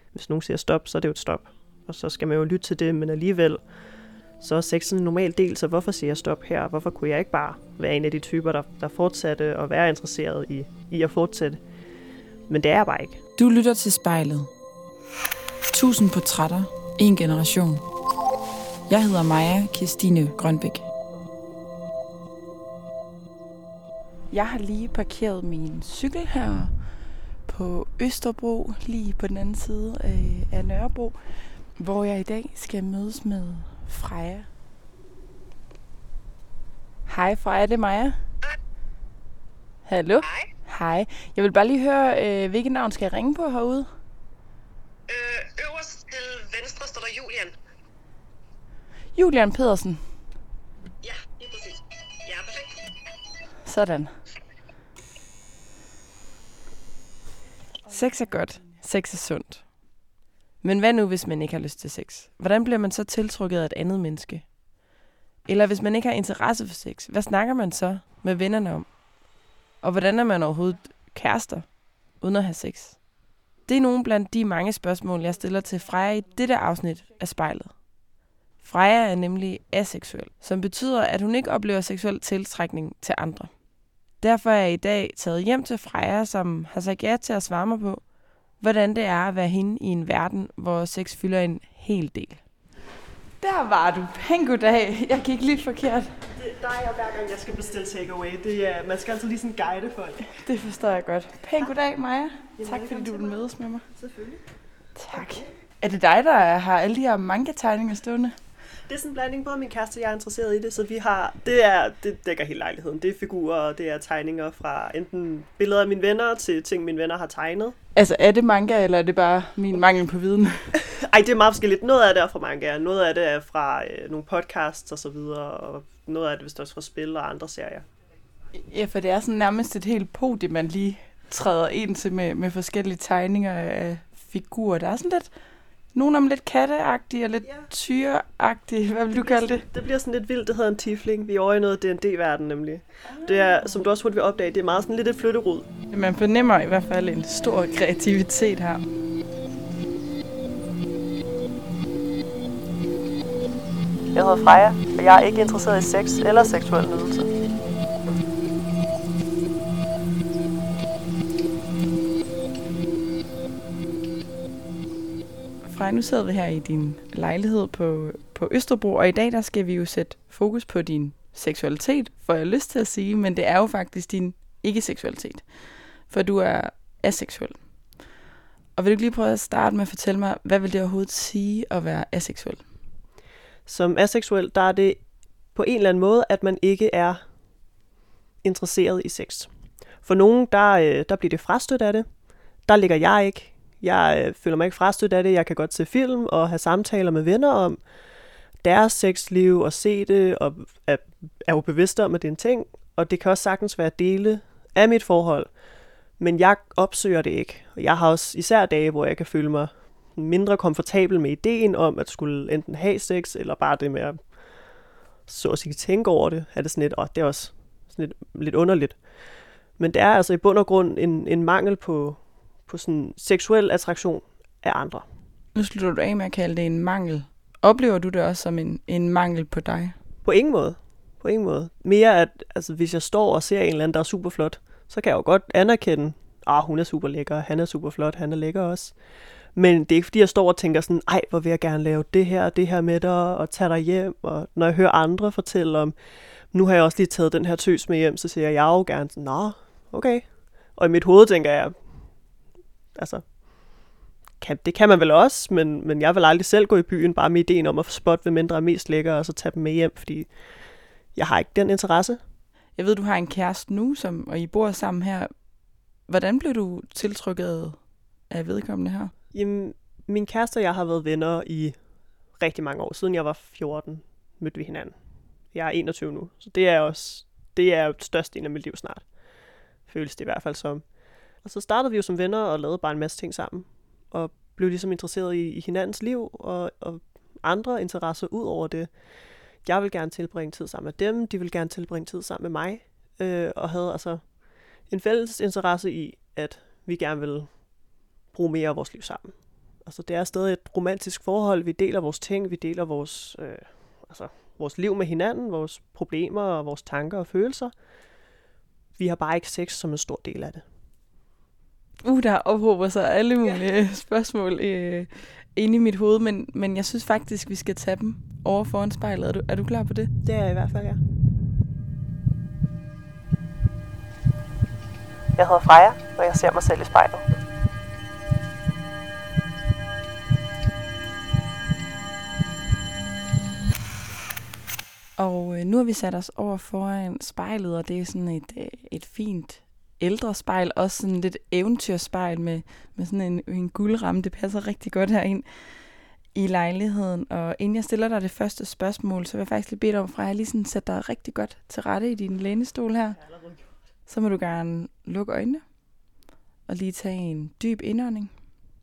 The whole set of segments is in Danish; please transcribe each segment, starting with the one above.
Hvis nogen siger stop, så er det jo et stop. Og så skal man jo lytte til det, men alligevel, så er sex en normal del, så hvorfor siger jeg stop her? Hvorfor kunne jeg ikke bare være en af de typer, der fortsatte og være interesseret i at fortsætte? Men det er jeg bare ikke. Du lytter til Spejlet. 1000 portrætter, en generation. Jeg hedder Maja Kirstine Grønbæk. Jeg har lige parkeret min cykel her på Østerbro, lige på den anden side af Nørrebro, hvor jeg i dag skal mødes med Freja. Hej Freja, det er Maja. Hallo? Hej. Hej. Jeg vil bare lige høre, hvilket navn skal jeg ringe på herude? Øverst til venstre står der Julian. Julian Pedersen. Ja, lige præcis. Ja, perfekt. Sådan. Sex er godt. Sex er sundt. Men hvad nu, hvis man ikke har lyst til sex? Hvordan bliver man så tiltrukket af et andet menneske? Eller hvis man ikke har interesse for sex, hvad snakker man så med vennerne om? Og hvordan er man overhovedet kærester, uden at have sex? Det er nogle blandt de mange spørgsmål, jeg stiller til Freja i dette afsnit af Spejlet. Freja er nemlig aseksuel, som betyder, at hun ikke oplever seksuel tiltrækning til andre. Derfor er jeg i dag taget hjem til Freja, som har sagt ja til at svare mig på, hvordan det er at være hende i en verden, hvor sex fylder en hel del. Der var du. Pæn goddag. Jeg gik lidt forkert. Der er jeg hver gang, jeg skal bestille takeaway. Man skal altid lige sådan guide folk. Det forstår jeg godt. Pæn goddag, Maja. Tak fordi du vil mødes med mig. Selvfølgelig. Tak. Er det dig, der har alle de her manga-tegninger stående? Det er sådan en blanding, både min kæreste og jeg er interesseret i det, så vi har, det dækker hele lejligheden. Det er figurer, og det er tegninger fra enten billeder af mine venner til ting, mine venner har tegnet. Altså, er det manga, eller er det bare min mangel på viden? Ej, det er meget forskelligt. Noget af det er fra manga, noget af det er fra nogle podcasts og så videre, og noget af det vist også fra spil og andre serier. Ja, for det er sådan nærmest et helt podie, man lige træder ind til med forskellige tegninger af figurer. Der er sådan lidt, nogle af dem lidt katteagtige og lidt tyreagtige. Hvad vil du kalde det? Det bliver sådan lidt vildt. Det hedder en tiefling. Vi er over i noget D&D-verden nemlig. Det er, som du også hurtigt vil opdage, det er meget sådan lidt et flytterod. Man fornemmer i hvert fald en stor kreativitet her. Jeg hedder Freja, og jeg er ikke interesseret i sex eller seksuel nydelse. Freja, nu sidder vi her i din lejlighed på Østerbro, og i dag der skal vi jo sætte fokus på din seksualitet, får jeg lyst til at sige, men det er jo faktisk din ikke-seksualitet, for du er aseksuel. Og vil du lige prøve at starte med at fortælle mig, hvad vil det overhovedet sige at være aseksuel? Som aseksuel, der er det på en eller anden måde, at man ikke er interesseret i sex. For nogen, der bliver det frastødt af det. Der ligger jeg ikke. Jeg føler mig ikke frastødt af det. Jeg kan godt se film og have samtaler med venner om deres sexliv og se det, og er jo bevidst om, at det er en ting. Og det kan også sagtens være dele af mit forhold. Men jeg opsøger det ikke. Og jeg har også især dage, hvor jeg kan føle mig mindre komfortabel med ideen om, at skulle enten have sex, eller bare det med at så at sige tænke over det. Er det sådan lidt, det er også sådan lidt underligt. Men det er altså i bund og grund en mangel på sådan seksuel attraktion af andre. Nu slutter du af med at kalde det en mangel. Oplever du det også som en mangel på dig? På ingen måde. På ingen måde. Mere at, altså, hvis jeg står og ser en eller anden, der er super flot, så kan jeg jo godt anerkende, hun er super lækker, han er super flot, han er lækker også. Men det er ikke fordi, jeg står og tænker sådan, hvor vil jeg gerne lave det her med dig, og tage dig hjem. Og når jeg hører andre fortælle om, nu har jeg også lige taget den her tøs med hjem, så siger jeg jo gerne sådan, okay. Og i mit hoved tænker jeg, altså, det kan man vel også, men jeg vil aldrig selv gå i byen, bare med ideen om at få spot, hvem mindre er mest lækker, og så tage dem med hjem, fordi jeg har ikke den interesse. Jeg ved, du har en kæreste nu, og I bor sammen her. Hvordan blev du tiltrykket af vedkommende her? Jamen, min kæreste og jeg har været venner i rigtig mange år. Siden jeg var 14, mødte vi hinanden. Jeg er 21 nu, så det er jo størstedelen af mit liv snart. Føles det i hvert fald som. Og så startede vi jo som venner og lavede bare en masse ting sammen. Og blev ligesom interesseret i hinandens liv og andre interesser ud over det. Jeg vil gerne tilbringe tid sammen med dem, de vil gerne tilbringe tid sammen med mig. Og havde altså en fælles interesse i, at vi gerne vil bruge mere af vores liv sammen. Altså, det er stadig et romantisk forhold. Vi deler vores ting, vi deler vores liv med hinanden, vores problemer og vores tanker og følelser. Vi har bare ikke sex som en stor del af det. Der ophober sig alle mulige spørgsmål inde i mit hoved, men jeg synes faktisk, vi skal tage dem over foran spejlet. Er du klar på det? Det er jeg i hvert fald, ja. Jeg hedder Freja, og jeg ser mig selv i spejlet. Og nu har vi sat os over foran spejlet, og det er sådan et fint ældre spejl, også sådan lidt eventyrspejl med sådan en guldramme. Det passer rigtig godt herind i lejligheden. Og inden jeg stiller dig det første spørgsmål, så vil jeg faktisk lige bede dig om, Freja, lige sådan sætte dig rigtig godt til rette i din lænestol her. Så må du gerne lukke øjnene og lige tage en dyb indånding.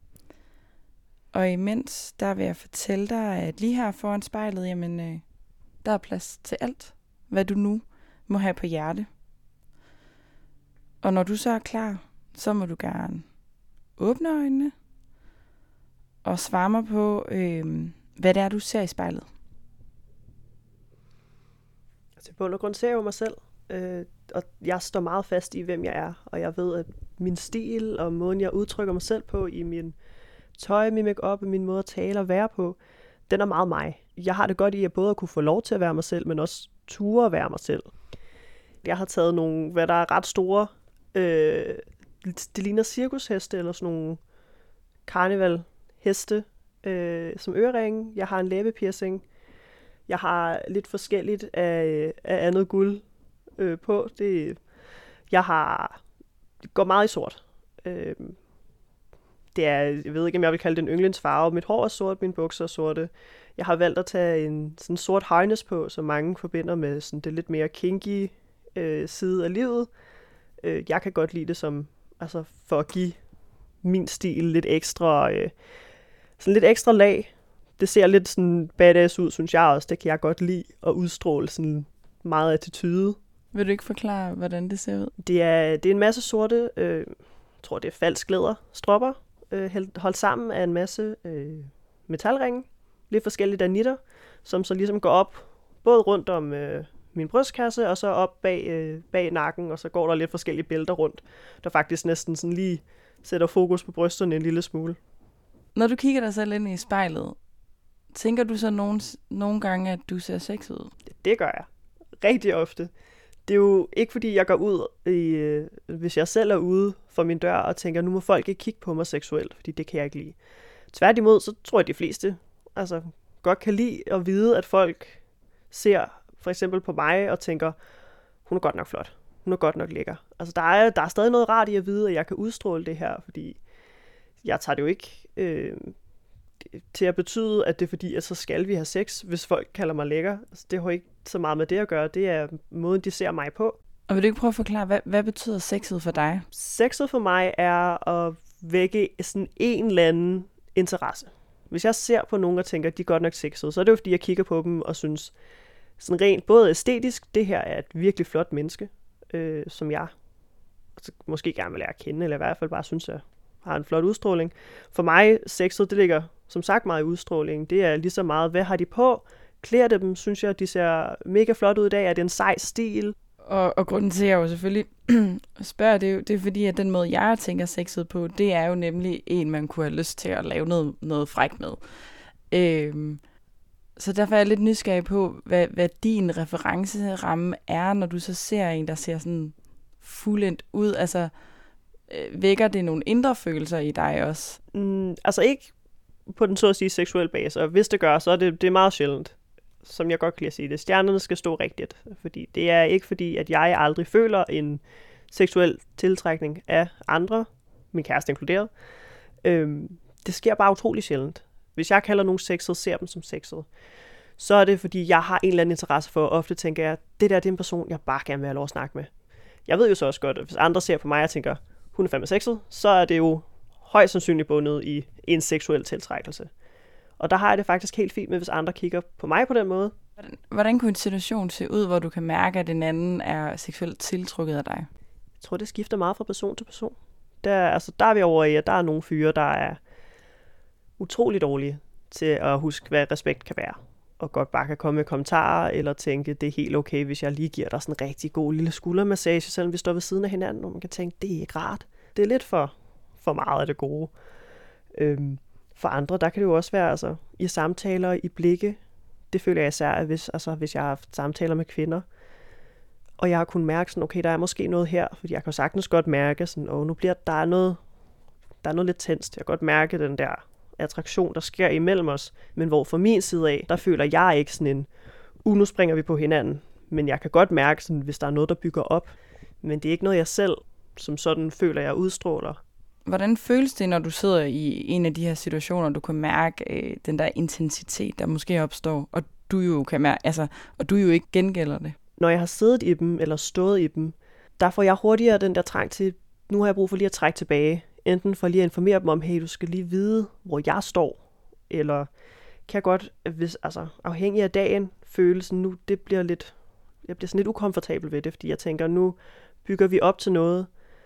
Og imens, der vil jeg fortælle dig, at lige her foran spejlet, jamen, der er plads til alt, hvad du nu må have på hjerte. Og når du så er klar, så må du gerne åbne øjnene og svare mig på, hvad det er, du ser i spejlet. Altså, på grund ser jeg jo mig selv, og jeg står meget fast i, hvem jeg er. Og jeg ved, at min stil og måden, jeg udtrykker mig selv på i min tøj, min make-up og min måde at tale og være på, den er meget mig. Jeg har det godt i at både at kunne få lov til at være mig selv, men også ture at være mig selv. Jeg har taget nogle, hvad der er ret store, det ligner cirkusheste eller sådan nogle karnevalheste som øreringe. Jeg har en læbepiercing. Jeg har lidt forskelligt af andet guld på. Det går meget i sort. Det er, jeg ved ikke, om jeg vil kalde det en yndlingsfarve. Mit hår er sort, mine bukser er sorte. Jeg har valgt at tage en sådan sort harness på, som mange forbinder med sådan det lidt mere kinky side af livet. Jeg kan godt lide det som, altså for at give min stil lidt ekstra, sådan lidt ekstra lag. Det ser lidt sådan badass ud, synes jeg også. Det kan jeg godt lide at udstråle sådan meget attitude. Vil du ikke forklare, hvordan det ser ud? Det er en masse sorte, jeg tror det er falsk læder, stropper, holdt sammen af en masse metalringe, lidt forskellige danitter, som så ligesom går op, både rundt om min brystkasse, og så op bag nakken, og så går der lidt forskellige bælter rundt, der faktisk næsten sådan lige sætter fokus på brysterne en lille smule. Når du kigger dig selv ind i spejlet, tænker du så nogle gange, at du ser sexet ud? Det gør jeg. Rigtig ofte. Det er jo ikke fordi, jeg går ud, hvis jeg selv er ude for min dør og tænker, nu må folk ikke kigge på mig seksuelt, fordi det kan jeg ikke lide. Tværtimod, så tror jeg, at de fleste godt kan lide at vide, at folk ser for eksempel på mig og tænker, hun er godt nok flot. Hun er godt nok lækker. Altså, der er stadig noget rart i at vide, at jeg kan udstråle det her, fordi jeg tager det jo ikke til at betyde, at det er fordi, at så skal vi have sex, hvis folk kalder mig lækker. Altså, det har ikke så meget med det at gøre. Det er måden, de ser mig på. Og vil du ikke prøve at forklare, hvad betyder sexet for dig? Sexet for mig er at vække sådan en eller anden interesse. Hvis jeg ser på nogen og tænker, at de er godt nok sexede, så er det jo fordi, jeg kigger på dem og synes, sådan rent både æstetisk, det her er et virkelig flot menneske, som jeg måske gerne vil lære at kende, eller i hvert fald bare synes, jeg har en flot udstråling. For mig, sexet, det ligger som sagt meget i udstrålingen. Det er lige så meget, hvad har de på? Klæder det dem, synes jeg, de ser mega flot ud i dag. Er det en sej stil? Og grunden til, at jeg jo selvfølgelig spørger, det er fordi, at den måde, jeg tænker sexet på, det er jo nemlig en, man kunne have lyst til at lave noget frækt med. Så derfor er jeg lidt nysgerrig på, hvad din referenceramme er, når du så ser en, der ser sådan fuldendt ud. Altså, vækker det nogle indre følelser i dig også? Altså ikke på den så at sige seksuelle base, og hvis det gør, så er det er meget sjældent, som jeg godt kan lide at sige det. Stjernerne skal stå rigtigt, fordi det er ikke fordi, at jeg aldrig føler en seksuel tiltrækning af andre, min kæreste inkluderet. Det sker bare utrolig sjældent. Hvis jeg kalder nogen sexet, ser dem som sexet, så er det fordi, jeg har en eller anden interesse for, ofte tænker jeg, det er en person, jeg bare gerne vil have lov at snakke med. Jeg ved jo så også godt, at hvis andre ser på mig og tænker, hun er fandme sexet, så er det jo højst sandsynligt bundet i en seksuel tiltrækkelse. Og der har jeg det faktisk helt fint med, hvis andre kigger på mig på den måde. Hvordan kunne en situation se ud, hvor du kan mærke, at den anden er seksuelt tiltrukket af dig? Jeg tror, det skifter meget fra person til person. Der er vi over i, at der er nogle fyre, der er utrolig dårlige til at huske, hvad respekt kan være. Og godt bare kan komme med kommentarer, eller tænke, det er helt okay, hvis jeg lige giver dig sådan en rigtig god lille skuldermassage, selvom vi står ved siden af hinanden, og man kan tænke, det er ikke rart. Det er lidt for meget af det gode. For andre, der kan det jo også være altså, i samtaler, i blikke. Det føler jeg især, at hvis jeg har haft samtaler med kvinder, og jeg har kunnet mærke sådan, okay, der er måske noget her, fordi jeg kan sagtens godt mærke sådan, nu bliver der er noget lidt tenst. Jeg kan godt mærke den der attraktion, der sker imellem os, men hvor fra min side af, der føler jeg ikke sådan nu springer vi på hinanden, men jeg kan godt mærke sådan, hvis der er noget, der bygger op, men det er ikke noget, jeg selv som sådan føler, jeg udstråler. Hvordan føles det, når du sidder i en af de her situationer, du kan mærke den der intensitet, der måske opstår, og du jo kan mærke, og du jo ikke gengælder det? Når jeg har siddet i dem, eller stået i dem, der får jeg hurtigere den der trang til, nu har jeg brug for lige at trække tilbage, enten for lige at informere dem om, hey, du skal lige vide, hvor jeg står, eller kan jeg godt, hvis, afhængig af dagen, følelsen nu, jeg bliver sådan lidt ukomfortabel ved det, fordi jeg tænker, nu bygger vi op til noget,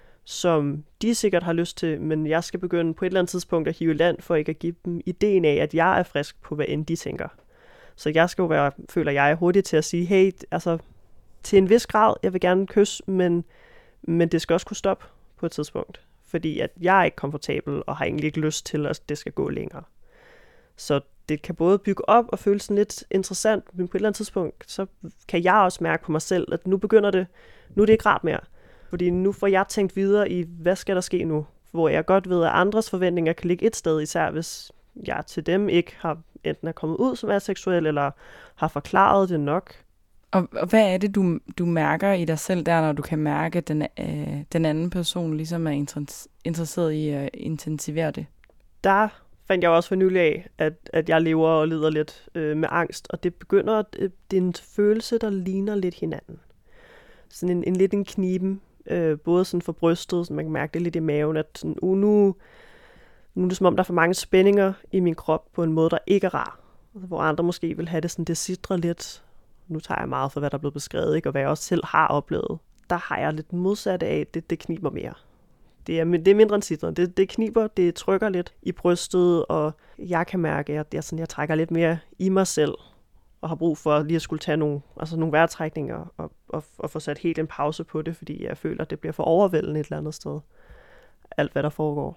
som de sikkert har lyst til, men jeg skal begynde på et eller andet tidspunkt at hive land, for ikke at give dem ideen af, at jeg er frisk på, hvad end de tænker. Så jeg skal jo være, føler jeg, hurtigt til at sige, hey, til en vis grad, jeg vil gerne kysse, men det skal også kunne stoppe på et tidspunkt. Fordi at jeg er ikke komfortabel, og har egentlig ikke lyst til, at det skal gå længere. Så det kan både bygge op og føles sådan lidt interessant, men på et eller andet tidspunkt, så kan jeg også mærke på mig selv, at nu er det ikke rart mere. Fordi nu får jeg tænkt videre i, hvad skal der ske nu? Hvor jeg godt ved, at andres forventninger kan ligge et sted, især hvis jeg til dem ikke har enten er kommet ud som aseksuel, eller har forklaret det nok. Og hvad er det, du mærker i dig selv der, når du kan mærke, at den anden person ligesom er interesseret i at intensivere det? Der fandt jeg også for nylig af, at jeg lever og lider lidt med angst, og det er en følelse, der ligner lidt hinanden. Sådan en kniben, både sådan for brystet, så man kan mærke det lidt i maven, at sådan, nu er det som om, der er for mange spændinger i min krop på en måde, der ikke er rar. Hvor andre måske vil have det sådan, det sidrer lidt. Nu tager jeg meget for, hvad der er blevet beskrevet, ikke? Og hvad jeg også selv har oplevet. Der har jeg lidt modsat af, det kniber mere. Det er mindre end sidren. Det kniber, det trykker lidt i brystet, og jeg kan mærke, at jeg trækker lidt mere i mig selv, og har brug for lige at skulle tage nogle vejrtrækninger, og få sat helt en pause på det, fordi jeg føler, at det bliver for overvældende et eller andet sted. Alt, hvad der foregår.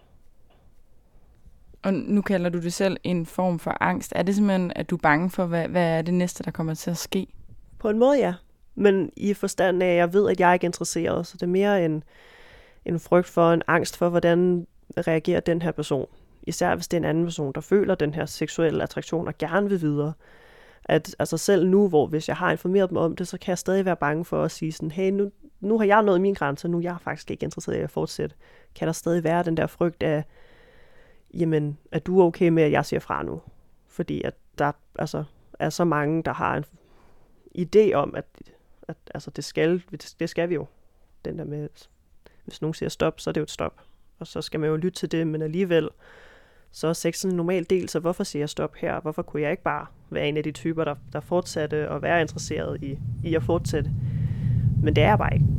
Og nu kalder du det selv en form for angst. Er det simpelthen, at du er bange for, hvad er det næste, der kommer til at ske? På en måde, ja. Men i forstand af, at jeg ved, at jeg ikke er interesseret, så det er mere en frygt for, en angst for, hvordan reagerer den her person. Især hvis det er en anden person, der føler den her seksuelle attraktion og gerne vil videre. At selv nu, hvor hvis jeg har informeret dem om det, så kan jeg stadig være bange for at sige sådan, hey, nu har jeg nået min grænse, nu er jeg faktisk ikke interesseret i at fortsætte. Kan der stadig være den der frygt af, jamen, er du okay med, at jeg siger fra nu? Fordi at der er så mange, der har en idé om, at det skal vi jo. Den der med, hvis nogen siger stop, så er det jo et stop. Og så skal man jo lytte til det, men alligevel, så er sex en normal del, så hvorfor siger jeg stop her? Hvorfor kunne jeg ikke bare være en af de typer, der fortsatte og være interesseret i at fortsætte? Men det er jeg bare ikke.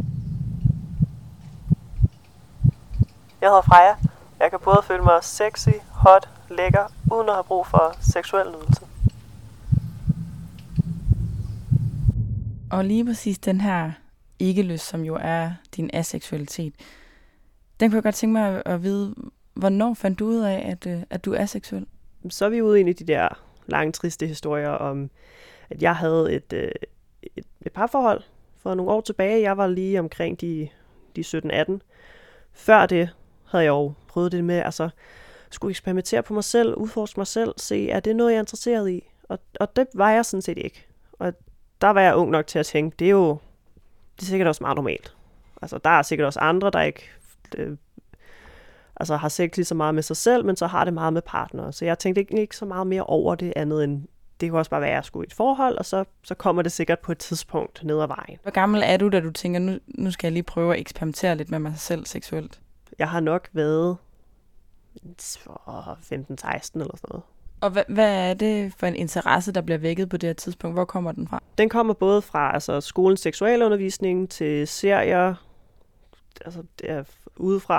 Jeg hedder Freja. Jeg kan både føle mig sexy, hot, lækker, uden at have brug for seksuel nydelse. Og lige præcis den her ikke-lyst, som jo er din aseksualitet, den kunne jeg godt tænke mig at vide, hvornår fandt du ud af, at du er aseksuel? Så er vi ude ind i de der lange, triste historier om, at jeg havde et parforhold for nogle år tilbage. Jeg var lige omkring de 17-18. Før det havde jeg jo prøvet det med, skulle eksperimentere på mig selv, udforske mig selv, se, er det noget, jeg er interesseret i? Og det var jeg sådan set ikke. Og der var jeg ung nok til at tænke, det er sikkert også meget normalt. Der er sikkert også andre, der ikke har sex lige så meget med sig selv, men så har det meget med partnere. Så jeg tænkte ikke så meget mere over det andet end, det kunne også bare være, at jeg skulle i et forhold, og så kommer det sikkert på et tidspunkt ned ad vejen. Hvor gammel er du, da du tænker, nu skal jeg lige prøve at eksperimentere lidt med mig selv seksuelt? Jeg har nok været 15-16 eller sådan noget. Og hvad er det for en interesse, der bliver vækket på det her tidspunkt? Hvor kommer den fra? Den kommer både fra skolens seksualundervisning til serier, det er udefra,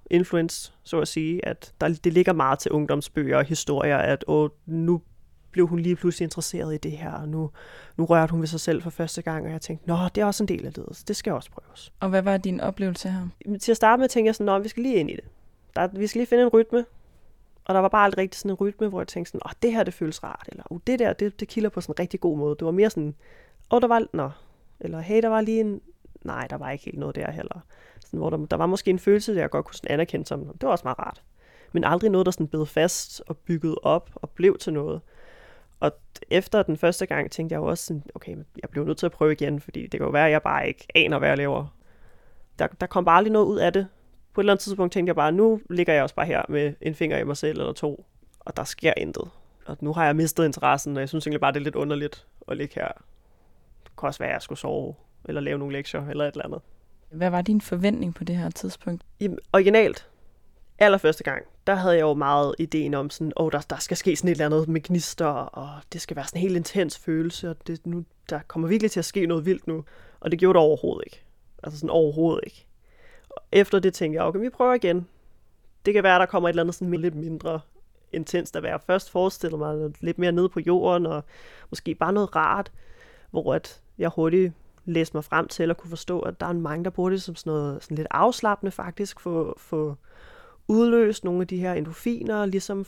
influence, så at sige, at det ligger meget til ungdomsbøger og historier, at nu blev hun lige pludselig interesseret i det her, og nu rørte hun ved sig selv for første gang, og jeg tænkte, det er også en del af livet, så det skal også prøves. Og hvad var din oplevelse her? Til at starte med tænkte jeg sådan, vi skal lige ind i det. Vi skal lige finde en rytme, og der var bare aldrig rigtig sådan en rytme, hvor jeg tænkte sådan, det her, det føles rart, eller det der, det kilder på sådan en rigtig god måde. Det var mere sådan, der var, eller hey, der var lige en, nej, der var ikke helt noget der heller. Sådan, hvor der var måske en følelse, der jeg godt kunne sådan anerkende som, det var også meget rart. Men aldrig noget, der sådan bed fast og bygget op og blev til noget. Og efter den første gang tænkte jeg jo også sådan, okay, jeg blev nødt til at prøve igen, fordi det kan jo være, at jeg bare ikke aner, hvad jeg laver. Der kom bare aldrig noget ud af det. På et eller andet tidspunkt tænkte jeg bare, nu ligger jeg også bare her med en finger i mig selv eller to, og der sker intet. Og nu har jeg mistet interessen, og jeg synes egentlig bare, det er lidt underligt at ligge her. Det kunne også være, at jeg skulle sove, eller lave nogle lektier, eller et eller andet. Hvad var din forventning på det her tidspunkt? Originalt, allerførste gang, der havde jeg jo meget ideen om sådan, der skal ske sådan et eller andet med gnister, og det skal være sådan en helt intens følelse, og der kommer virkelig til at ske noget vildt nu. Og det gjorde det overhovedet ikke. Altså sådan overhovedet ikke. Og efter det tænkte jeg, okay, vi prøver igen. Det kan være, der kommer et eller andet sådan lidt mindre intenst at være. Først forestillede mig lidt mere nede på jorden, og måske bare noget rart, hvor at jeg hurtigt læste mig frem til, at kunne forstå, at der er mange, der bruger det som sådan noget sådan lidt afslappende faktisk, få udløst nogle af de her endorfiner, ligesom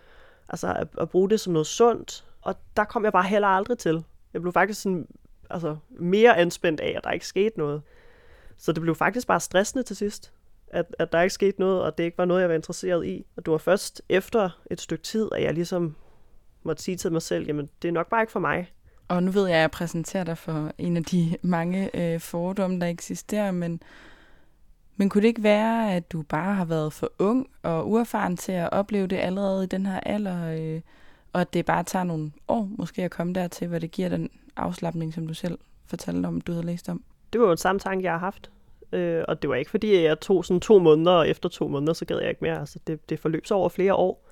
at bruge det som noget sundt. Og der kom jeg bare heller aldrig til. Jeg blev faktisk sådan, mere anspændt af, at der ikke skete noget. Så det blev faktisk bare stressende til sidst, at der ikke skete noget, og det ikke var noget, jeg var interesseret i. Og det var først efter et stykke tid, at jeg ligesom måtte sige til mig selv, jamen det er nok bare ikke for mig. Og nu ved jeg, at jeg præsenterer dig for en af de mange fordomme, der eksisterer, men kunne det ikke være, at du bare har været for ung og uerfaren til at opleve det allerede i den her alder, og at det bare tager nogle år måske at komme dertil, hvor det giver den afslapning, som du selv fortalte om, du havde læst om? Det var jo en samme tanke, jeg har haft. Og det var ikke fordi, jeg tog sådan 2 måneder, og efter 2 måneder, så gad jeg ikke mere. Altså, det forløb sig over flere år.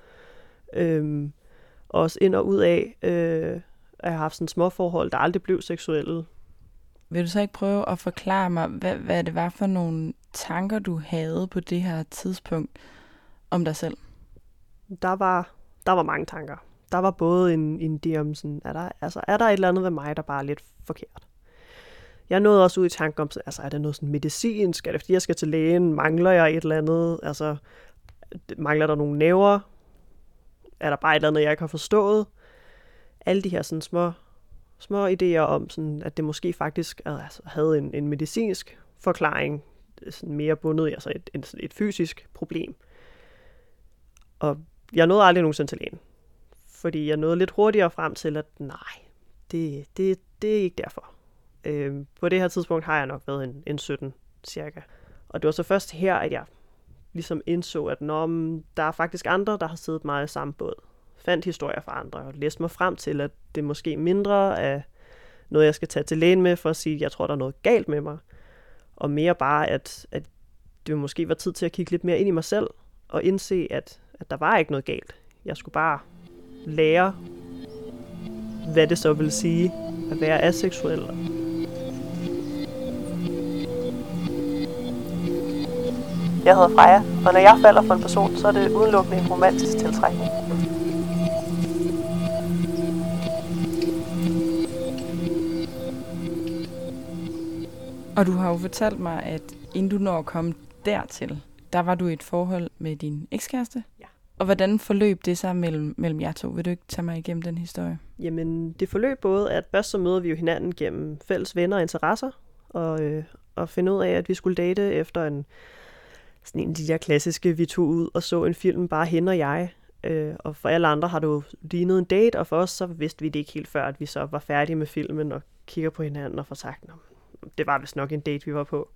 Også ind og ud af, at jeg har haft sådan små forhold, der aldrig blev seksuelle. Vil du så ikke prøve at forklare mig, hvad det var for nogle tanker, du havde på det her tidspunkt om dig selv? Der var mange tanker. Der var både en idé om sådan, er der et eller andet ved mig, der bare er lidt forkert? Jeg nåede også ud i tanken om, er det noget sådan medicinsk? Er det fordi, jeg skal til lægen? Mangler jeg et eller andet? Mangler der nogle næver? Er der bare et eller andet, jeg ikke har forstået? Alle de her sådan små idéer om, sådan, at det måske faktisk havde en medicinsk forklaring, sådan mere bundet i et fysisk problem. Og jeg nåede aldrig nogensinde til lægen. Fordi jeg nåede lidt hurtigere frem til, at nej, det er ikke derfor. På det her tidspunkt har jeg nok været en 17 cirka. Og det var så først her, at jeg ligesom indså, at der er faktisk andre, der har siddet meget i samme båd. Fandt historier fra andre og læste mig frem til, at det måske mindre af noget, jeg skal tage til lægen med, for at sige, at jeg tror, der er noget galt med mig. Og mere bare, at det måske var tid til at kigge lidt mere ind i mig selv, og indse, at der var ikke noget galt. Jeg skulle bare lære, hvad det så vil sige at være aseksuel. Jeg hedder Freja, og når jeg falder for en person, så er det udelukkende en romantisk tiltrækning. Og du har jo fortalt mig, at inden du når at komme dertil, der var du i et forhold med din ekskæreste. Ja. Og hvordan forløb det sig mellem jer to? Vil du ikke tage mig igennem den historie? Jamen, det forløb både, at først så møder vi jo hinanden gennem fælles venner og interesser, og finde ud af, at vi skulle date efter sådan en af de der klassiske, vi tog ud og så en film, bare hende og jeg. Og for alle andre har det jo lignet en date, og for os så vidste vi det ikke helt før, at vi så var færdige med filmen og kigger på hinanden og får sagt, det var vist nok en date, vi var på.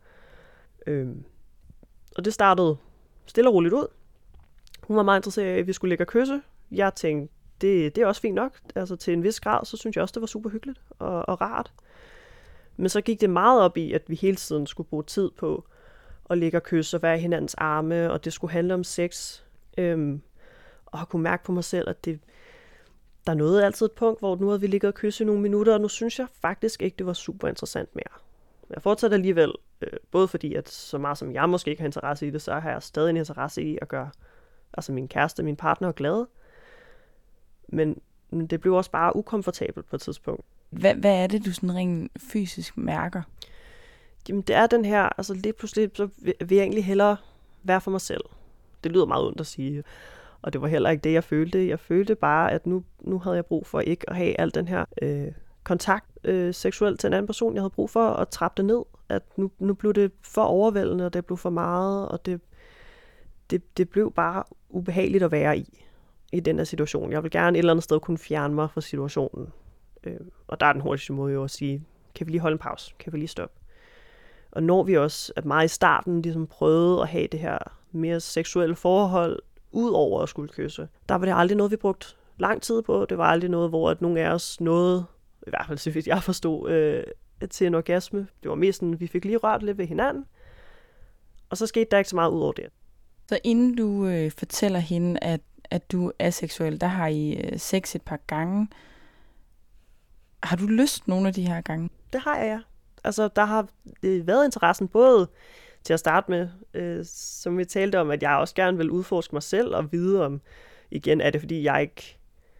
Og det startede stille og roligt ud. Hun var meget interesseret i, at vi skulle ligge og kysse. Jeg tænkte, det er også fint nok. Altså til en vis grad, så synes jeg også, det var super hyggeligt og rart. Men så gik det meget op i, at vi hele tiden skulle bruge tid på at ligge og kysse og være i hinandens arme, og det skulle handle om sex. Og jeg kunne mærke på mig selv, at der nåede altid et punkt, hvor nu havde vi ligget og kysse i nogle minutter, og nu synes jeg faktisk ikke, det var super interessant mere. Jeg fortsætter alligevel, både fordi, at så meget som jeg måske ikke har interesse i det, så har jeg stadig en interesse i at gøre min kæreste, min partner glade. Men det blev også bare ukomfortabelt på et tidspunkt. Hvad er det, du sådan rent fysisk mærker? Jamen, det er den her, lige pludselig, så vil jeg egentlig hellere være for mig selv. Det lyder meget ondt at sige. Og det var heller ikke det, jeg følte. Jeg følte bare, at nu havde jeg brug for ikke at have al den her kontakt seksuelt til en anden person. Jeg havde brug for at trappe det ned. At nu blev det for overvældende, og det blev for meget, og det blev bare ubehageligt at være i den her situation. Jeg vil gerne et eller andet sted kunne fjerne mig fra situationen. Og der er den hurtigste måde jo at sige, kan vi lige holde en pause? Kan vi lige stoppe? Og når vi også, at meget i starten ligesom prøvede at have det her mere seksuelle forhold, ud over at skulle kysse, der var det aldrig noget, vi brugte lang tid på. Det var aldrig noget, hvor at nogen af os nåede, i hvert fald så vidt jeg forstod, til en orgasme. Det var mest sådan, vi fik lige rørt lidt ved hinanden, og så skete der ikke så meget ud over det. Så inden du fortæller hende, at du er seksuel, der har I sex et par gange. Har du lyst nogle af de her gange? Det har jeg, ja. Altså, der har været interessen både til at starte med, som vi talte om, at jeg også gerne vil udforske mig selv og vide om, igen, er det fordi, jeg ikke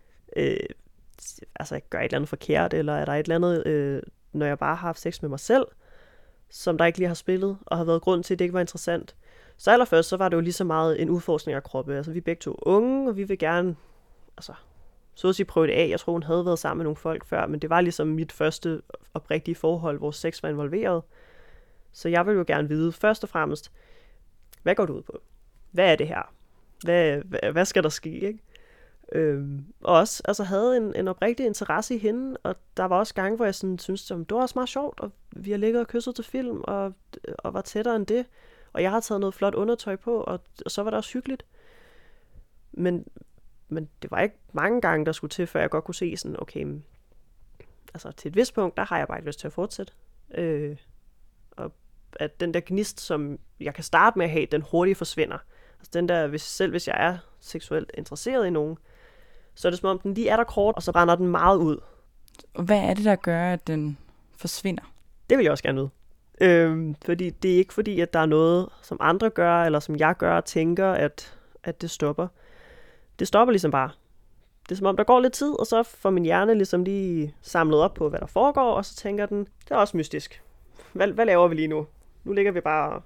gør et eller andet forkert, eller er der et eller andet, når jeg bare har haft sex med mig selv, som der ikke lige har spillet, og har været grund til, at det ikke var interessant. Så allerførst, så var det jo lige så meget en udforskning af kroppe. Altså, vi er begge to unge, og vi vil gerne, så at sige, prøve det af. Jeg tror, hun havde været sammen med nogle folk før, men det var ligesom mit første oprigtige forhold, hvor sex var involveret. Så jeg vil jo gerne vide, først og fremmest, hvad går du ud på? Hvad er det her? Hvad skal der ske, ikke? Og også havde en oprigtig interesse i hende, og der var også gange, hvor jeg sådan syntes, det var også meget sjovt, og vi har ligget og kysset til film, og var tættere end det, og jeg har taget noget flot undertøj på, og så var det også hyggeligt. Men det var ikke mange gange, der skulle til, før jeg godt kunne se sådan, okay, til et vist punkt, der har jeg bare ikke lyst til at fortsætte. Og at den der gnist, som jeg kan starte med at have, den hurtigt forsvinder. Altså den der, hvis jeg er seksuelt interesseret i nogen, så er det som om, den lige er der kort, og så brænder den meget ud. Og hvad er det, der gør, at den forsvinder? Det vil jeg også gerne vide. Fordi det er ikke fordi, at der er noget, som andre gør, eller som jeg gør og tænker, at det stopper. Det stopper ligesom bare. Det er som om, der går lidt tid, og så får min hjerne ligesom lige samlet op på, hvad der foregår, og så tænker den, det er også mystisk. Hvad laver vi lige nu? Nu ligger vi bare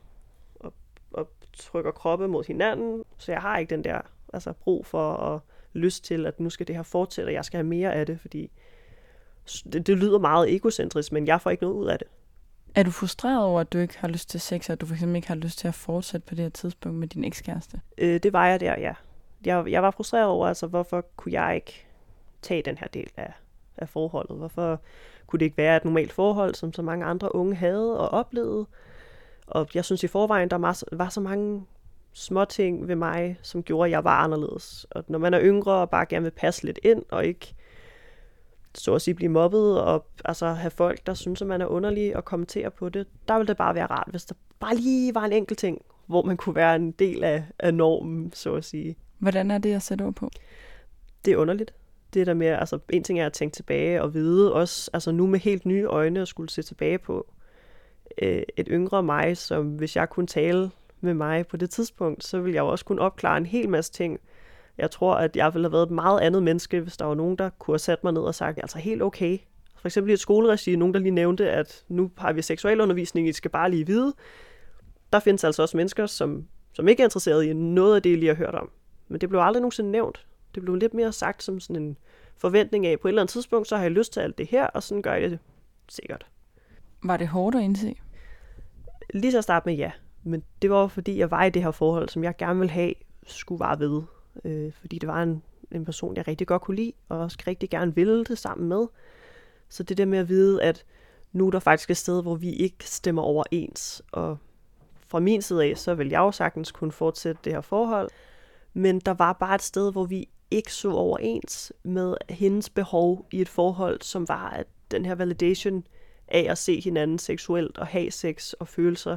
og trykker kroppe mod hinanden, så jeg har ikke den der brug for at lyst til, at nu skal det her fortsætte, og jeg skal have mere af det, fordi det lyder meget egocentrisk, men jeg får ikke noget ud af det. Er du frustreret over, at du ikke har lyst til sex, og at du for eksempel ikke har lyst til at fortsætte på det her tidspunkt med din ekskæreste? Det var jeg der, ja. Jeg var frustreret over, hvorfor kunne jeg ikke tage den her del af forholdet? Hvorfor kunne det ikke være et normalt forhold, som så mange andre unge havde og oplevede? Og jeg synes i forvejen, der var så mange små ting ved mig, som gjorde, at jeg var anderledes. Og når man er yngre og bare gerne vil passe lidt ind, og ikke så at sige blive mobbet, og have folk, der synes, at man er underlig og kommentere på det, der ville det bare være rart, hvis der bare lige var en enkelt ting, hvor man kunne være en del af normen, så at sige. Hvordan er det at sætte ord på? Det er underligt. Det der med, en ting er at tænke tilbage og vide, også nu med helt nye øjne at skulle se tilbage på et yngre mig, som hvis jeg kunne tale med mig på det tidspunkt, så ville jeg jo også kunne opklare en hel masse ting. Jeg tror, at jeg ville have været et meget andet menneske, hvis der var nogen, der kunne have sat mig ned og sagt, helt okay. For eksempel i et skoleregi, nogen der lige nævnte, at nu har vi seksualundervisning, I skal bare lige vide. Der findes altså også mennesker, som ikke er interesseret i noget af det, I lige har hørt om. Men det blev aldrig nogensinde nævnt. Det blev lidt mere sagt som sådan en forventning af, på et eller andet tidspunkt, så har jeg lyst til alt det her, og sådan gør jeg det sikkert. Var det hårdt at indse? Lige til at starte med, ja. Men det var fordi, jeg var i det her forhold, som jeg gerne ville have, skulle vare ved. Fordi det var en person, jeg rigtig godt kunne lide, og også rigtig gerne ville det sammen med. Så det der med at vide, at nu er der faktisk et sted, hvor vi ikke stemmer overens. Og fra min side af, så vil jeg jo sagtens kunne fortsætte det her forhold. Men der var bare et sted, hvor vi ikke så overens med hendes behov i et forhold, som var at den her validation af at se hinanden seksuelt og have sex og følelser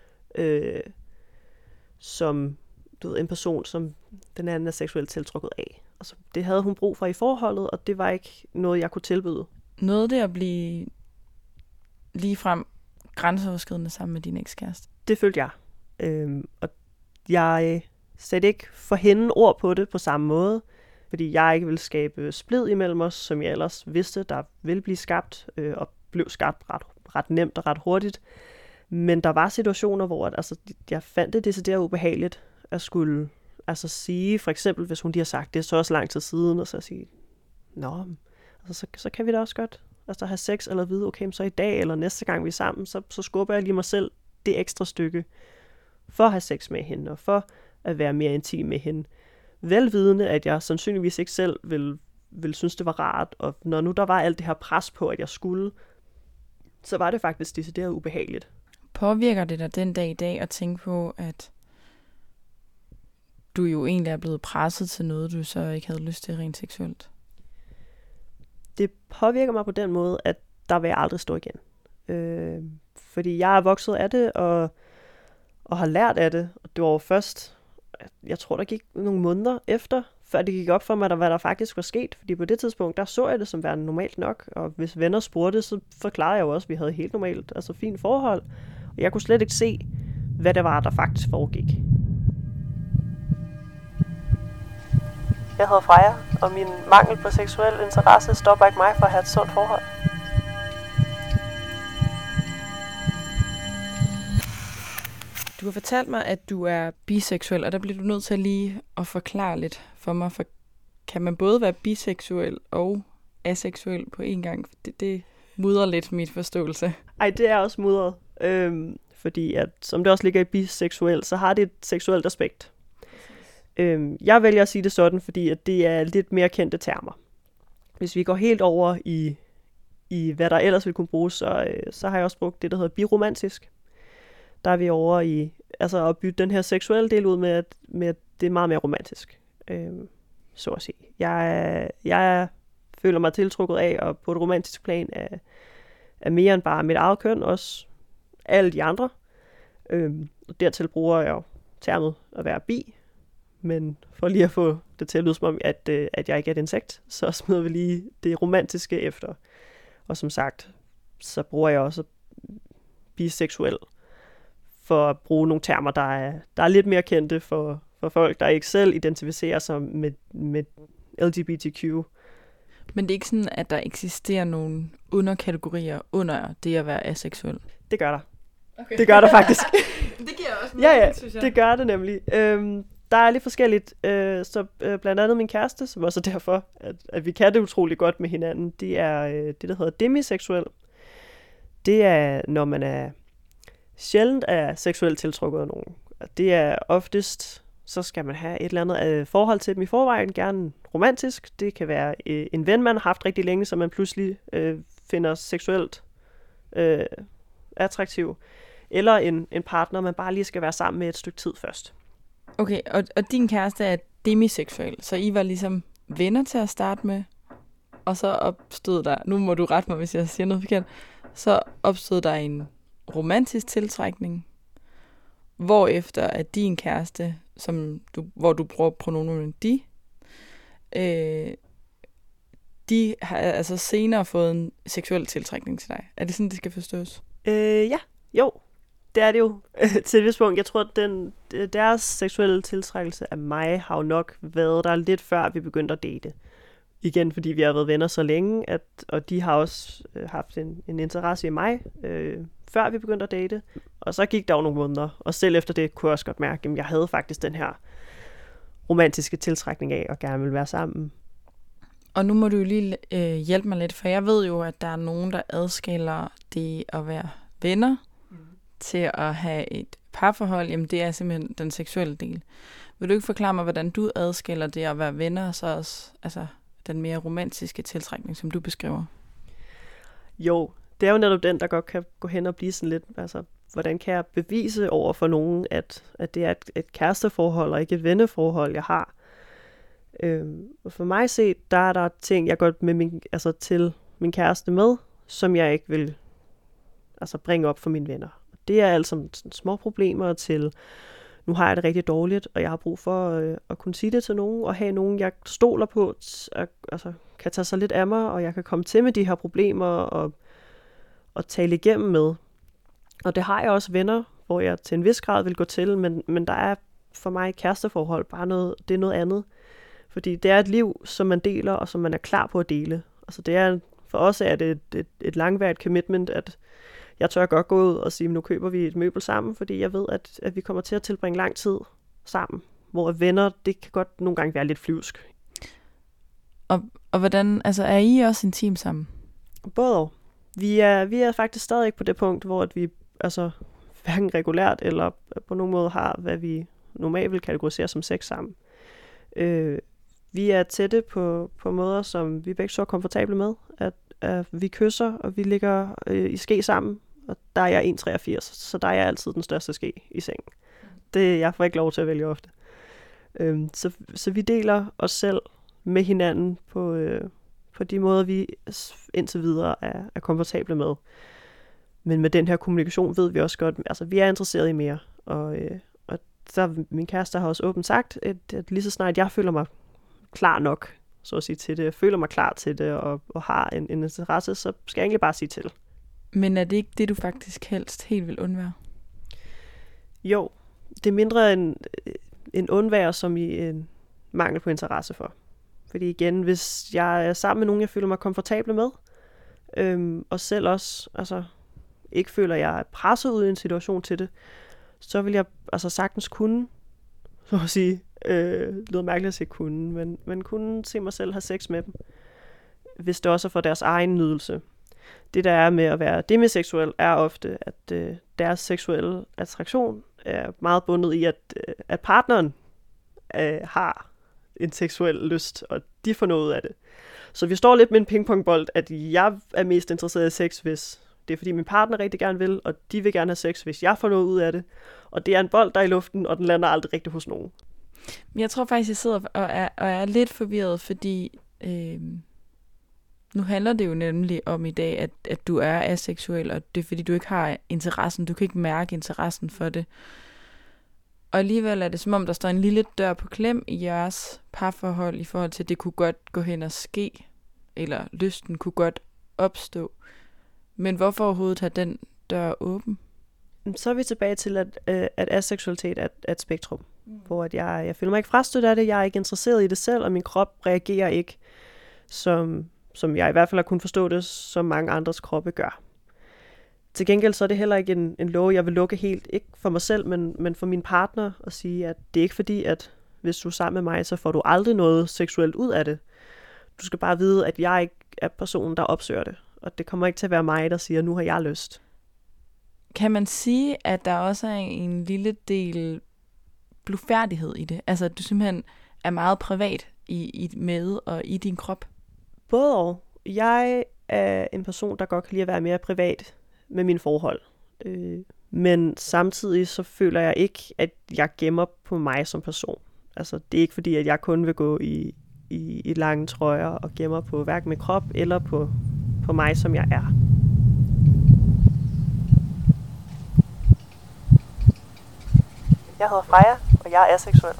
som en person, som den anden er seksuelt tiltrukket af. Altså, det havde hun brug for i forholdet, og det var ikke noget, jeg kunne tilbyde. Nåede det at blive ligefrem grænseoverskridende sammen med din ekskæreste? Det følte jeg. Og jeg satte ikke for hende ord på det på samme måde, fordi jeg ikke ville skabe splid imellem os, som jeg ellers vidste, der ville blive skabt, og blev skabt ret nemt og ret hurtigt. Men der var situationer, hvor jeg fandt det decideret ubehageligt at skulle sige, for eksempel, hvis hun lige har sagt det så også lang tid siden, og så sige, nå, så kan vi da også godt have sex, eller vide, okay, så i dag eller næste gang vi er sammen, så skubber jeg lige mig selv det ekstra stykke for at have sex med hende, og for at være mere intim med hende. Velvidende, at jeg sandsynligvis ikke selv ville synes, det var rart, og når nu der var alt det her pres på, at jeg skulle, så var det faktisk decideret ubehageligt. Påvirker det dig den dag i dag at tænke på, at du jo egentlig er blevet presset til noget, du så ikke havde lyst til rent seksuelt? Det påvirker mig på den måde, at der vil jeg aldrig stå igen. Fordi jeg er vokset af det, og har lært af det. Og det var jo først, jeg tror, der gik nogle måneder efter, før det gik op for mig, hvad der faktisk var sket. Fordi på det tidspunkt, der så jeg det som værende normalt nok. Og hvis venner spurgte, så forklarede jeg jo også, at vi havde helt normalt, fint forhold. Og jeg kunne slet ikke se, hvad det var, der faktisk foregik. Jeg hedder Freja, og min mangel på seksuel interesse stopper ikke mig for at have et sundt forhold. Du har fortalt mig, at du er biseksuel, og der bliver du nødt til lige at forklare lidt for mig. For kan man både være biseksuel og aseksuel på en gang? Det mudrer lidt mit forståelse. Ej, det er også mudret. Fordi at, som det også ligger i biseksuel, så har det et seksuelt aspekt. Jeg vælger at sige det sådan, fordi at det er lidt mere kendte termer. Hvis vi går helt over i hvad der ellers vil kunne bruges, så har jeg også brugt det, der hedder biromantisk. Der er vi over i at bytte den her seksuelle del ud med at det er meget mere romantisk, så at sige. Jeg føler mig tiltrukket af, og på et romantisk plan er mere end bare mit eget køn, også alle de andre. Og dertil bruger jeg jo termet at være bi. Men for lige at få det til at lyde som om, at jeg ikke er et insekt, så smider vi lige det romantiske efter. Og som sagt, så bruger jeg også biseksuel for at bruge nogle termer, der er lidt mere kendte for folk, der ikke selv identificerer sig med LGBTQ. Men det er ikke sådan, at der eksisterer nogle underkategorier under det at være aseksuel? Det gør der. Okay. Det gør der faktisk. Det giver også mening, synes jeg. Det gør det nemlig. Der er lidt forskelligt. Så blandt andet min kæreste, som også er derfor, at vi kan det utrolig godt med hinanden, det er det, der hedder demiseksuel. Det er, når man er sjældent er seksuelt tiltrukket af nogen. Det er oftest, så skal man have et eller andet forhold til dem i forvejen, gerne romantisk. Det kan være en ven, man har haft rigtig længe, som man pludselig finder seksuelt attraktiv. Eller en partner, man bare lige skal være sammen med et stykke tid først. Okay, og din kæreste er demiseksuel, så I var ligesom venner til at starte med, og så opstod der, nu må du rette mig, hvis jeg siger noget forkert, så opstod der en romantisk tiltrækning, hvorefter at din kæreste, hvor du bruger pronomen de har altså senere fået en seksuel tiltrækning til dig. Er det sådan, det skal forstås? Ja, jo. Det er det jo til et vist punkt. Jeg tror, at deres seksuelle tiltrækkelse af mig har jo nok været der lidt før, vi begyndte at date. Igen, fordi vi har været venner så længe, og de har også haft en interesse i mig, før vi begyndte at date. Og så gik der jo nogle måneder, og selv efter det kunne jeg også godt mærke, at jeg havde faktisk den her romantiske tiltrækning af, og gerne ville være sammen. Og nu må du jo lige hjælpe mig lidt, for jeg ved jo, at der er nogen, der adskiller det at være venner til at have et parforhold. Jamen, det er simpelthen den seksuelle del. Vil du ikke forklare mig, hvordan du adskiller det at være venner, og så også den mere romantiske tiltrækning, som du beskriver? Jo, det er jo netop den, der godt kan gå hen og blive sådan lidt, hvordan kan jeg bevise over for nogen, at det er et kæresteforhold og ikke et venneforhold, jeg har. Og for mig set, der er der ting, jeg godt med til min kæreste med, som jeg ikke vil bringe op for mine venner. Det er altså små problemer til, nu har jeg det rigtig dårligt, og jeg har brug for at kunne sige det til nogen, og have nogen, jeg stoler på, kan tage sig lidt af mig, og jeg kan komme til med de her problemer, og tale igennem med. Og det har jeg også venner, hvor jeg til en vis grad vil gå til, men der er for mig et kæresteforhold bare det er noget andet. Fordi det er et liv, som man deler, og som man er klar på at dele. Altså for os er det et langvarigt commitment, at jeg tør godt gå ud og sige, nu køber vi et møbel sammen, fordi jeg ved, at vi kommer til at tilbringe lang tid sammen. Hvor venner, det kan godt nogle gange være lidt flyvsk. Og hvordan, altså er I også en team sammen? Både og. Vi er faktisk stadig på det punkt, hvor at vi altså hverken regulært eller på nogen måde har, hvad vi normalt vil kategorisere som sex sammen. Vi er tætte på måder, som vi begge så er komfortable med. At vi kysser, og vi ligger i ske sammen. Og der er jeg 1,83, så der er jeg altid den største ske i sengen. Jeg får ikke lov til at vælge ofte. Så vi deler os selv med hinanden på de måder, vi indtil videre er komfortable med. Men med den her kommunikation ved vi også godt, altså vi er interesseret i mere. Og der, min kæreste har også åbent sagt, at lige så snart jeg føler mig klar nok, så at sige, til det, føler mig klar til det, og har en interesse, så skal jeg egentlig bare sige til. Men er det ikke det, du faktisk helst helt vil undvære? Jo, det er mindre en undvære, som i en mangel på interesse for. Fordi igen, hvis jeg er sammen med nogen, jeg føler mig komfortable med, og selv også altså, ikke føler, at jeg er presset ud i en situation til det, så vil jeg altså sagtens kunne, så at sige, lyder mærkeligt at sige kunne, men kunne se mig selv have sex med dem, hvis det også er for deres egen nydelse. Det der er med at være demiseksuel, er ofte, at deres seksuelle attraktion er meget bundet i, at partneren har en seksuel lyst, og de får noget af det. Så vi står lidt med en pingpongbold, at jeg er mest interesseret i sex, hvis det er fordi min partner rigtig gerne vil, og de vil gerne have sex, hvis jeg får noget ud af det. Og det er en bold, der er i luften, og den lander aldrig rigtig hos nogen. Jeg tror faktisk, jeg sidder og er lidt forvirret, fordi nu handler det jo nemlig om i dag, at du er aseksuel, og det er fordi, du ikke har interessen. Du kan ikke mærke interessen for det. Og alligevel er det som om, der står en lille dør på klem i jeres parforhold i forhold til, at det kunne godt gå hen og ske, eller lysten kunne godt opstå. Men hvorfor overhovedet have den dør åben? Så er vi tilbage til, at aseksualitet er et spektrum. Hvor at jeg føler mig ikke frastødt af det, jeg er ikke interesseret i det selv, og min krop reagerer ikke, som jeg i hvert fald har kunnet forstå det, som mange andres kroppe gør. Til gengæld så er det heller ikke en lov, jeg vil lukke helt, ikke for mig selv, men for min partner, og sige, at det er ikke fordi, at hvis du er sammen med mig, så får du aldrig noget seksuelt ud af det. Du skal bare vide, at jeg ikke er personen, der opsøger det. Og det kommer ikke til at være mig, der siger, nu har jeg lyst. Kan man sige, at der også er en lille del blufærdighed i det? Altså, at du simpelthen er meget privat med og i din krop? Både og. Jeg er en person, der godt kan lide at være mere privat med mine forhold. Men samtidig så føler jeg ikke, at jeg gemmer på mig som person. Altså, det er ikke fordi, at jeg kun vil gå i lange trøjer og gemmer på hverken min krop eller på mig, som jeg er. Jeg hedder Freja, og jeg er aseksuel.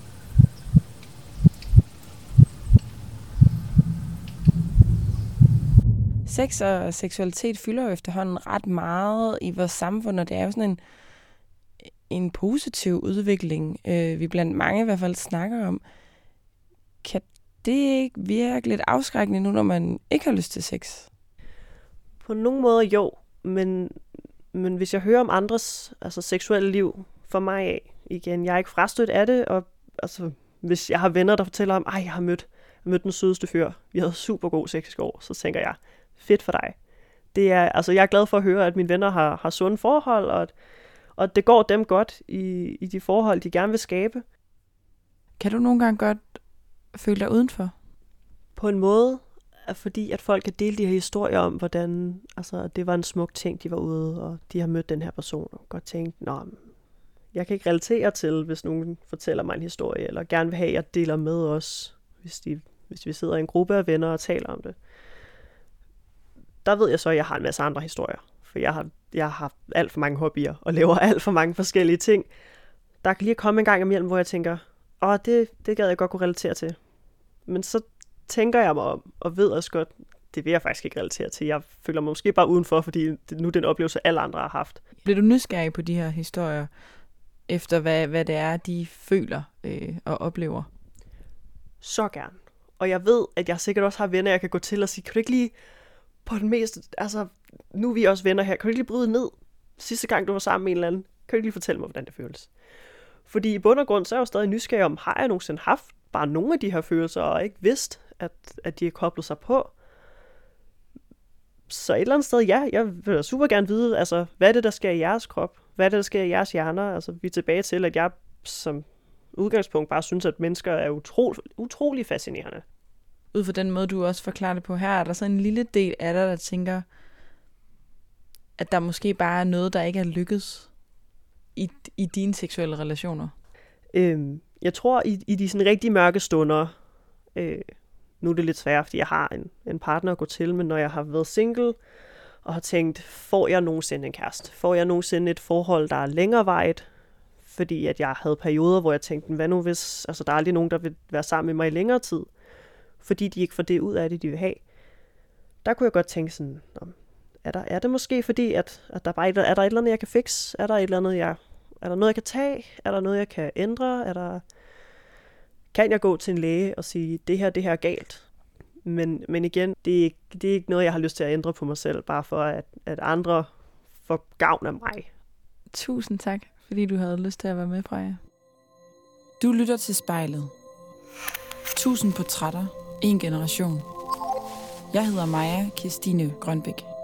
Sex og seksualitet fylder jo efterhånden ret meget i vores samfund, og det er jo sådan en positiv udvikling, vi blandt mange i hvert fald snakker om. Kan det ikke virke lidt afskrækkende nu, når man ikke har lyst til sex? På nogle måder jo, men hvis jeg hører om andres seksuelle liv for mig af, igen, jeg er ikke frastødt af det, og altså, hvis jeg har venner, der fortæller om, jeg har mødt den sødeste fyr, vi havde super god sex i går, så tænker jeg, fedt for dig. Det er, altså, jeg er glad for at høre, at mine venner har sunde forhold, og det går dem godt i de forhold, de gerne vil skabe. Kan du nogle gange godt føle dig udenfor? På en måde, fordi at folk kan dele de her historier om, hvordan det var en smuk ting, de var ude, og de har mødt den her person, og godt tænkt, jeg kan ikke relatere til, hvis nogen fortæller mig en historie, eller gerne vil have, at jeg deler med os, hvis vi sidder i en gruppe af venner og taler om det. Der ved jeg så, at jeg har en masse andre historier, for jeg har alt for mange hobbyer, og laver alt for mange forskellige ting. Der kan lige komme en gang imellem, hvor jeg tænker, det gad jeg godt kunne relatere til. Men så tænker jeg mig om, og ved også godt, det vil jeg faktisk ikke relatere til. Jeg føler mig måske bare udenfor, fordi det nu er den oplevelse, alle andre har haft. Bliver du nysgerrig på de her historier, efter hvad det er, de føler og oplever? Så gerne. Og jeg ved, at jeg sikkert også har venner, jeg kan gå til og sige, kan du ikke lige på den mest, altså nu er vi også venner her, kan du ikke lige bryde ned sidste gang, du var sammen med en eller anden? Kan du ikke lige fortælle mig, hvordan det føles? Fordi i bund og grund, så er jeg jo stadig nysgerrig om, har jeg nogensinde haft bare nogle af de her følelser, og ikke vidst, at de er koblet sig på? Så et eller andet sted, ja, jeg vil super gerne vide, altså, hvad er det, der sker i jeres krop? Hvad er det, der sker i jeres hjerner? Altså, vi er tilbage til, at jeg som udgangspunkt bare synes, at mennesker er utrolig fascinerende. Ud fra den måde, du også forklarer det på her, er der så en lille del af dig, der tænker, at der måske bare er noget, der ikke er lykkedes i dine seksuelle relationer? Jeg tror, i de sådan rigtig mørke stunder, nu er det lidt svært, fordi jeg har en partner at gå til, men når jeg har været single, og har tænkt, får jeg nogensinde en kæreste? Får jeg nogensinde et forhold, der er længerevarigt? Fordi at jeg havde perioder, hvor jeg tænkte, hvad nu hvis, altså der er aldrig nogen, der vil være sammen med mig i længere tid, fordi de ikke får det ud af det, de vil have. Der kunne jeg godt tænke sådan, er det måske fordi, at der bare er der et eller andet, jeg kan fikse? Er der et eller andet, er der noget, jeg kan tage? Er der noget, jeg kan ændre? Kan jeg gå til en læge og sige, det her er galt? Men igen, det er ikke noget, jeg har lyst til at ændre på mig selv, bare for at andre får gavn af mig. Tusind tak, fordi du havde lyst til at være med, Freja. Du lytter til Spejlet. 1000 portrætter, en generation. Jeg hedder Maja Kirstine Grønbæk.